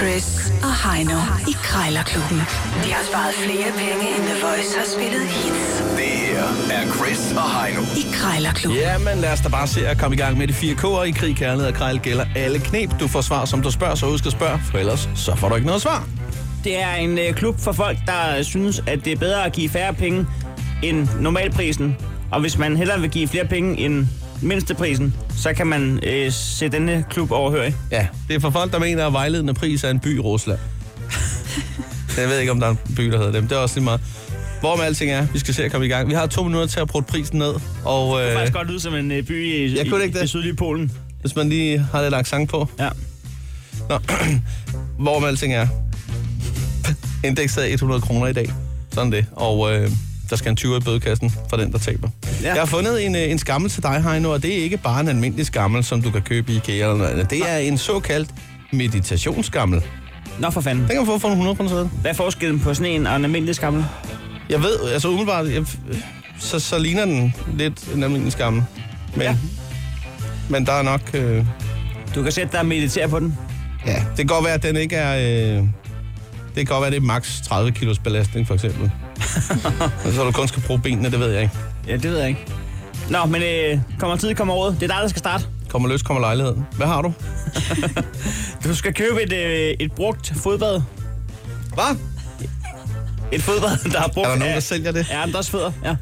Chris og Heino i Krejlerklubben. De har sparet flere penge, end The Voice har spillet hits. Det her er Chris og Heino i Krejlerklubben. Ja, men lad os da bare se at komme i gang med de 4 K'er i krig, kærlighed og krejl gælder alle knep. Du får svar, som du spørger, så husk at spørge, for ellers så får du ikke noget svar. Det er en klub for folk, der synes, at det er bedre at give færre penge end normalprisen. Og hvis man hellere vil give flere penge end mindsteprisen, så kan man se denne klub overhøre. Ja, det er for folk, der mener, at vejledende pris er en by i Rusland. Jeg ved ikke, om der er en by, der hedder dem. Det er også lige meget. Hvor med alting er, vi skal se at komme i gang. Vi har 2 minutter til at prøve prisen ned. Og, det kan faktisk godt lyde som en by i det sydlige Polen. Hvis man lige har lidt accent på. Ja. Nå, hvor med alting er. Indekset er 100 kroner i dag. Sådan det. Og der skal en 20 i bødekassen for den, der taber. Ja. Jeg har fundet en skammel til dig, Heino, og det er ikke bare en almindelig skammel, som du kan købe i IKEA eller noget andet. Det er en såkaldt meditationsskammel. Nå for fanden. Den kan man få for 100 kroner. Hvad er forskellen på sådan en og en almindelig skammel? Jeg ved, altså umiddelbart, så ligner den lidt en almindelig skammel. Men der er nok... Du kan sætte dig og meditere på den. Ja, det kan godt være, at den ikke er... det kan godt være, at det er maks 30 kilos belastning, for eksempel. Så du kun skal bruge benene, det ved jeg ikke. Ja, det ved jeg ikke. Nå, men kommer tid, kommer råd. Det er dig, der skal starte. Kommer løs, kommer lejligheden. Hvad har du? Du skal købe et brugt fodbad. Hvad? Et fodbad, der har brugt... Er der nogen, der sælger det? Ja, andres fødder, ja.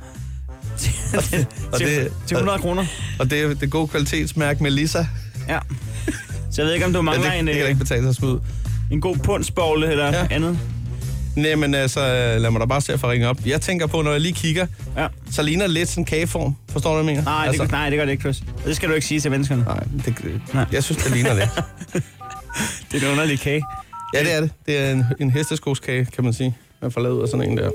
Til 100 kroner. Og det er det gode kvalitetsmærke Melissa. Ja. Så jeg ved ikke, om du mangler det kan ikke betale sig smid. En god pundsbogle eller andet. Nej, men altså, lad mig da bare se at få ringe op. Jeg tænker på, når jeg lige kigger, så ligner det lidt sådan en kageform. Forstår du, hvad jeg mener? Nej, det gør det ikke, Chris. Det skal du ikke sige til menneskerne. Nej, jeg synes, det ligner det. Det er en underlig kage. Ja, det er det. Det er en hesteskoskage, kan man sige. Man får lavet ud af sådan en der.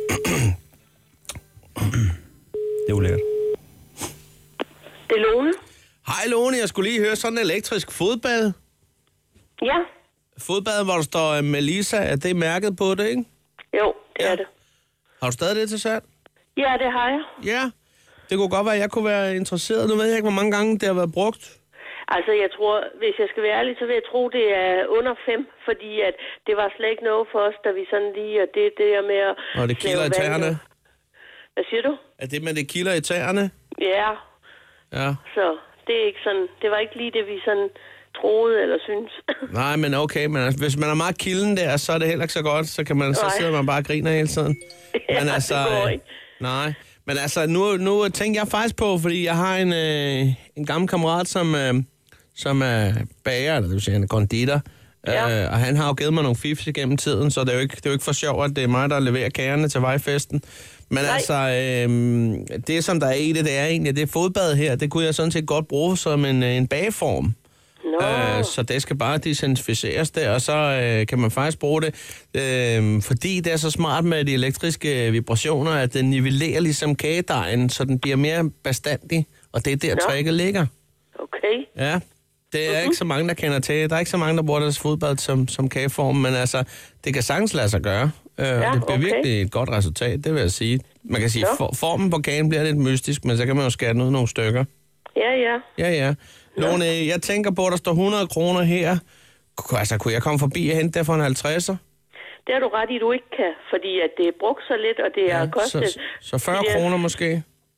Det er ulækkert. Det er Lone. Hej Lone, jeg skulle lige høre sådan en elektrisk fodbad. Ja. Fodbad, hvor der står Melissa, er det mærket på det, ikke? Jo, det er det. Har du stadig det til salg? Ja, det har jeg. Ja, det kunne godt være, at jeg kunne være interesseret. Nu ved jeg ikke, hvor mange gange det har været brugt. Altså, jeg tror, hvis jeg skal være ærlig, så vil jeg tro, det er under 5, fordi at det var slet ikke noget for os, da vi sådan lige, og det der med at... Og det kilder i tæerne? Hvad siger du? Er det med det kilder i tæerne? Ja. Ja. Så det er ikke sådan, det var ikke lige det, vi sådan troede eller synes. Nej, men okay, men altså, hvis man er meget kilden der, så er det heller ikke så godt, så kan man, så sidder man bare og griner hele tiden. Ja, men altså, det går ikke. Nej, men altså, nu tænker jeg faktisk på, fordi jeg har en gammel kammerat, som er bager, eller det vil sige, han er konditor, og han har jo givet mig nogle fifs igennem tiden, så det er jo ikke for sjovt, at det er mig, der leverer kagerne til vejfesten. Men altså, det som der er i det er egentlig, det fodbad her, det kunne jeg sådan set godt bruge som en bageform. Så det skal bare desinficeres der, og så kan man faktisk bruge det, fordi det er så smart med de elektriske vibrationer, at den nivellerer ligesom kagedejen, så den bliver mere bestandig, og det er der tricket ligger. Okay. Ja, det er ikke så mange, der kender til. Der er ikke så mange, der bruger deres fodbad som kageform, men altså, det kan sagtens lade sig gøre. Det bliver virkelig et godt resultat, det vil jeg sige. Man kan sige, formen på kagen bliver lidt mystisk, men så kan man jo skære den ud nogle stykker. Ja. Lone, jeg tænker på, at der står 100 kroner her. Altså, kunne jeg komme forbi og hente det for en 50'er? Det har du ret i, du ikke kan, fordi at det er brugt så lidt, og det er kostet... Så 40 kroner måske?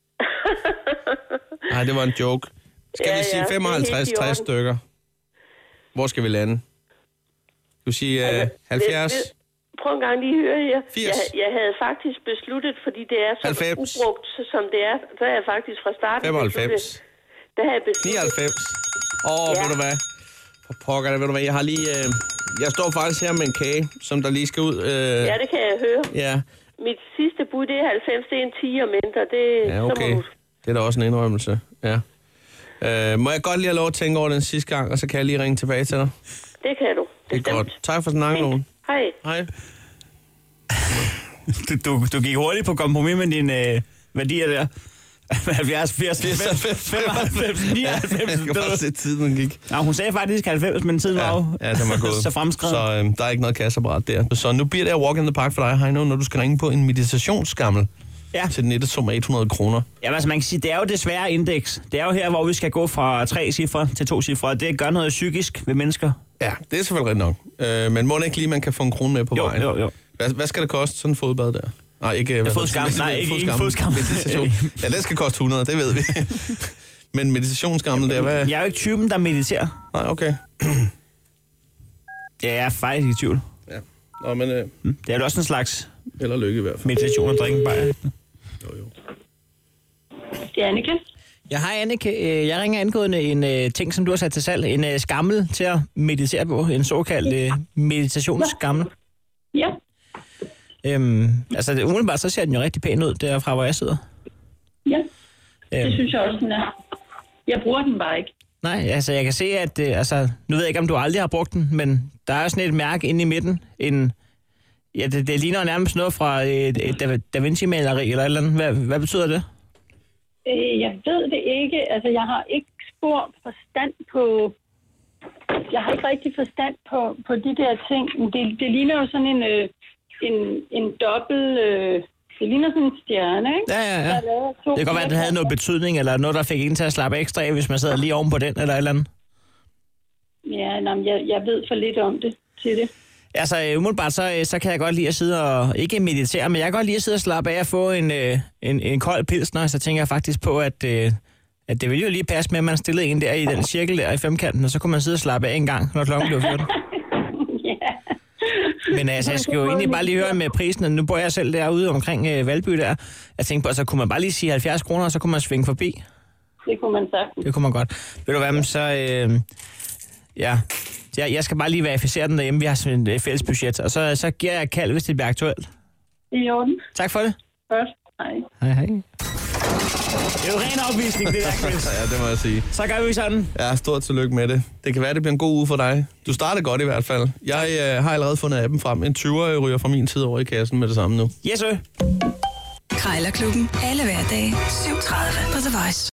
Nej, det var en joke. Skal vi sige 55-60 stykker? Hvor skal vi lande? Du sige 70? Prøv en gang lige at høre her. 80? Jeg havde faktisk besluttet, fordi det er så 90. ubrugt, som det er. Så er jeg faktisk fra starten 95. Der har jeg besluttet. 99. Ved du hvad? For pokker det, ved du hvad? Jeg har lige... jeg står faktisk her med en kage, som der lige skal ud. Ja, det kan jeg høre. Ja. Mit sidste bud, det er 90. Det er en 10 og mindre. Det, ja, okay. Det er da også en indrømmelse. Ja. Må jeg godt lige have lov at tænke over den sidste gang, og så kan jeg lige ringe tilbage til dig? Det kan du. Det er godt. Tak for snakken, Lone. Hej. Du gik hurtigt på kompromis med dine værdier der. 70, 80, 95, 99. Jeg kan bare se, tiden gik. Ja, hun sagde faktisk 90, men tiden var jo den var gået. så fremskrevet. Så der er ikke noget kasseapparat der. Så nu bliver det walk in the park for dig, Heino, når du skal ringe på en meditationsskammel. til den nette sum af 100 kroner. Ja, altså man kan sige, det er jo det svære indeks. Det er jo her, hvor vi skal gå fra 3 cifre til 2 cifre. Det gør noget psykisk ved mennesker. Ja, det er selvfølgelig rigtigt nok. Men må det ikke lige, man kan få en krone med på vejen? Jo. Hvad skal det koste, sådan en fodbad der? Nej, ikke... Fodskam. Nej, ikke fodskam. Ja, det skal koste 100, det ved vi. Men meditationsgammel der, hvad... Jeg er jo ikke typen, der mediterer. Nej, okay. Ja, jeg er faktisk i tvivl. Ja. Nå, men... Det er jo også en slags... Eller lykke i hvert fald. Meditation og drikke bare. Jo. Det er Annika. Ja, hej Annike. Jeg ringer angående en ting, som du har sat til salg. En skammel til at meditere på. En såkaldt meditationsskammel. Ja. Altså, umiddelbart så ser den jo rigtig pæn ud, derfra hvor jeg sidder. Ja, det synes jeg også, den er. Jeg bruger den bare ikke. Nej, altså jeg kan se, at... nu ved jeg ikke, om du aldrig har brugt den, men der er sådan et mærke inde i midten. Det ligner nærmest noget fra et Da Vinci-maleri eller et eller andet. Hvad betyder det? Jeg ved det ikke. Altså, jeg har ikke forstand på... Jeg har ikke rigtig forstand på de der ting. Det ligner jo sådan en dobbelt... Det ligner sådan en stjerne, ikke? Ja. Det kan godt være, at det havde noget betydning, eller noget, der fik en til at slappe ekstra af, hvis man sad lige oven på den, eller et eller andet. Ja, jeg ved for lidt om det til det. Altså, umiddelbart, så kan jeg godt lide at sidde og... Ikke meditere, men jeg kan godt lide at sidde og slappe af og få en kold pilsner. Så tænker jeg faktisk på, at det ville jo lige passe med, at man stillede en der i den cirkel der i femkanten, og så kunne man sidde og slappe af en gang, når klokken blev 14. Men altså, jeg skal jo egentlig bare lige høre med prisen. Nu bor jeg selv derude omkring Valby der. Jeg tænkte på, så kunne man bare lige sige 70 kroner, og så kunne man svinge forbi. Det kunne man sagtens. Det kunne man godt. Ved du hvad, så... Jeg skal bare lige verificere den derhjemme. Vi har sådan et fælles budget, og så giver jeg et kald, hvis det bliver aktuelt. I orden. Tak for det. Godt. Hej. Hej. Det er jo ren opvisning, det der, Chris. Ja, det må jeg sige. Så gør vi sådan. Ja, stort tillykke med det. Det kan være, det bliver en god uge for dig. Du starter godt i hvert fald. Jeg har allerede fundet appen frem. En 20'er ryger fra min tid over i kassen med det samme nu. Yes, sir. Krejlerklubben. Alle hverdage. 7:30 på The Voice.